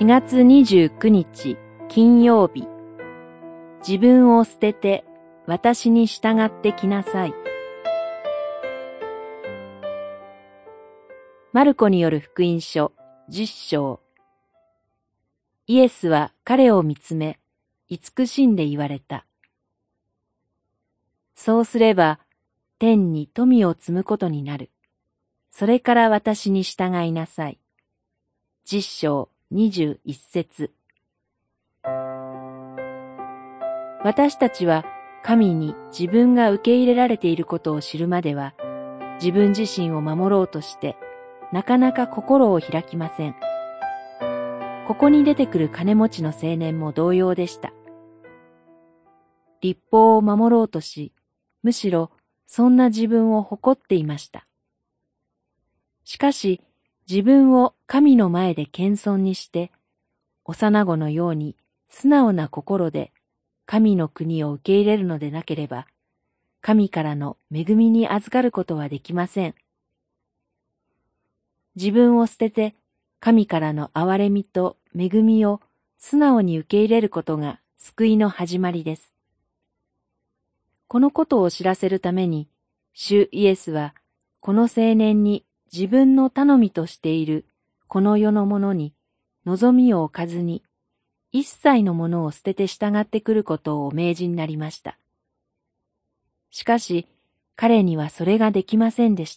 4月29日金曜日。自分を捨てて私に従ってきなさい。マルコによる福音書10章。イエスは彼を見つめ、慈しんで言われた。そうすれば、天に富を積むことになる。それから私に従いなさい。10章21節。私たちは神に自分が受け入れられていることを知るまでは、自分自身を守ろうとして、なかなか心を開きません。ここに出てくる金持ちの青年も同様でした。律法を守ろうとし、むしろそんな自分を誇っていました。しかし、自分を神の前で謙遜にして、幼子のように素直な心で神の国を受け入れるのでなければ、神からの恵みに預かることはできません。自分を捨てて、神からの憐れみと恵みを素直に受け入れることが救いの始まりです。このことを知らせるために、主イエスはこの青年に自分の頼みとしているこの世のものに望みを置かずに、一切のものを捨てて従ってくることをお命じになりました。しかし、彼にはそれができませんでした。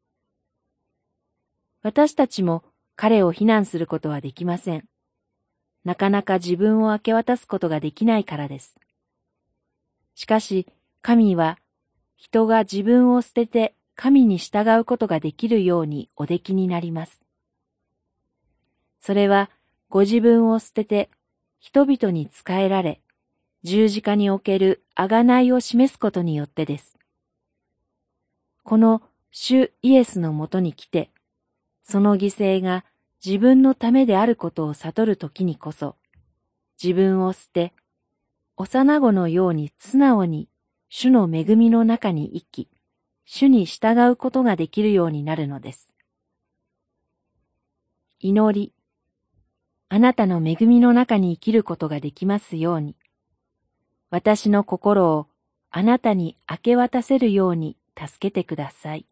私たちも彼を非難することはできません。なかなか自分を明け渡すことができないからです。しかし、神は人が自分を捨てて神に従うことができるようにおできになります。それはご自分を捨てて人々に仕えられ、十字架における贖いを示すことによってです。この主イエスのもとに来て、その犠牲が自分のためであることを悟るときにこそ、自分を捨て、幼子のように素直に主の恵みの中に生き、主に従うことができるようになるのです。祈り、あなたの恵みの中に生きることができますように、私の心をあなたに明け渡せるように助けてください。